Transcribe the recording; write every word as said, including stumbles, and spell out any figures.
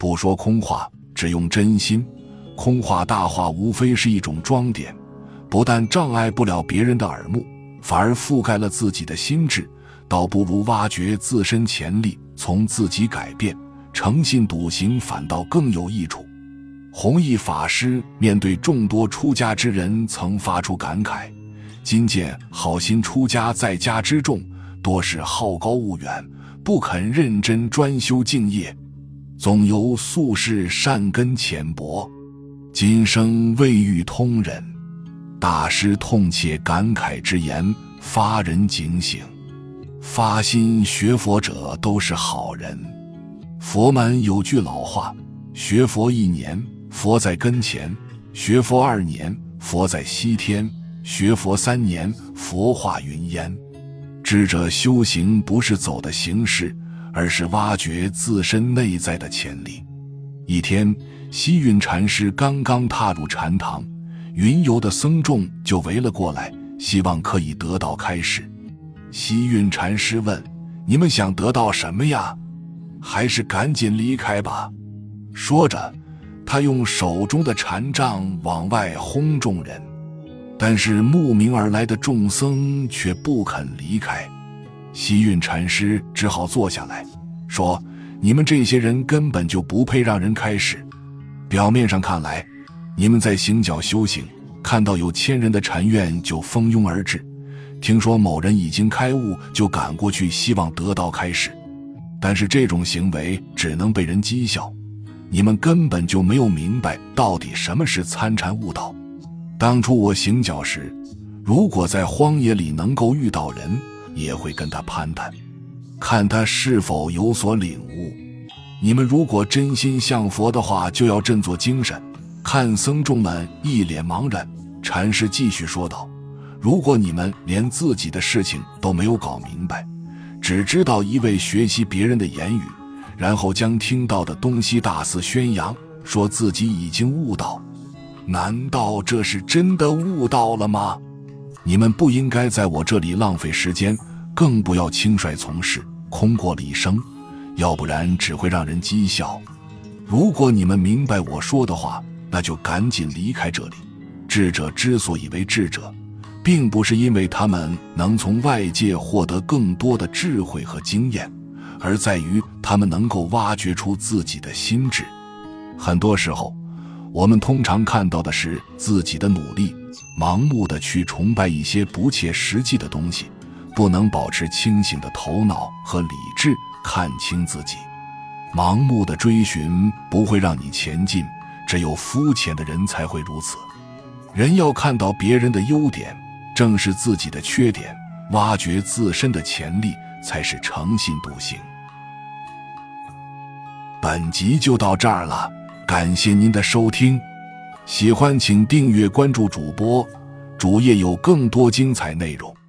不说空话，只用真心。空话大话无非是一种装点，不但障碍不了别人的耳目，反而覆盖了自己的心智，倒不如挖掘自身潜力，从自己改变，诚信笃行反倒更有益处。弘一法师面对众多出家之人曾发出感慨，今见好心出家在家之众，多是好高骛远，不肯认真专修敬业，总由宿世善根浅薄，今生未遇通人。大师痛切感慨之言，发人警醒。发心学佛者都是好人。佛门有句老话，学佛一年，佛在跟前；学佛二年，佛在西天；学佛三年，佛化云烟。智者修行不是走的形式，而是挖掘自身内在的潜力。一天，西运禅师刚刚踏入禅堂，云游的僧众就围了过来，希望可以得到开示。西运禅师问：你们想得到什么呀？还是赶紧离开吧。说着，他用手中的禅杖往外轰众人，但是慕名而来的众僧却不肯离开。西运禅师只好坐下来说：你们这些人根本就不配让人开示。表面上看来，你们在行脚修行，看到有千人的禅院就蜂拥而至，听说某人已经开悟，就赶过去希望得到开示。但是这种行为只能被人讥笑，你们根本就没有明白到底什么是参禅悟道。当初我行脚时，如果在荒野里能够遇到人，也会跟他攀谈，看他是否有所领悟。你们如果真心向佛的话，就要振作精神。看僧众们一脸茫然，禅师继续说道：如果你们连自己的事情都没有搞明白，只知道一味学习别人的言语，然后将听到的东西大肆宣扬，说自己已经悟道，难道这是真的悟道了吗？你们不应该在我这里浪费时间，更不要轻率从事，空过了一生，要不然只会让人讥笑。如果你们明白我说的话，那就赶紧离开这里。智者之所以为智者，并不是因为他们能从外界获得更多的智慧和经验，而在于他们能够挖掘出自己的心智。很多时候，我们通常看到的是自己的努力，盲目的去崇拜一些不切实际的东西，不能保持清醒的头脑和理智，看清自己。盲目的追寻不会让你前进，只有肤浅的人才会如此。人要看到别人的优点，正是自己的缺点，挖掘自身的潜力，才是诚信笃行。本集就到这儿了，感谢您的收听，喜欢请订阅关注主播，主页有更多精彩内容。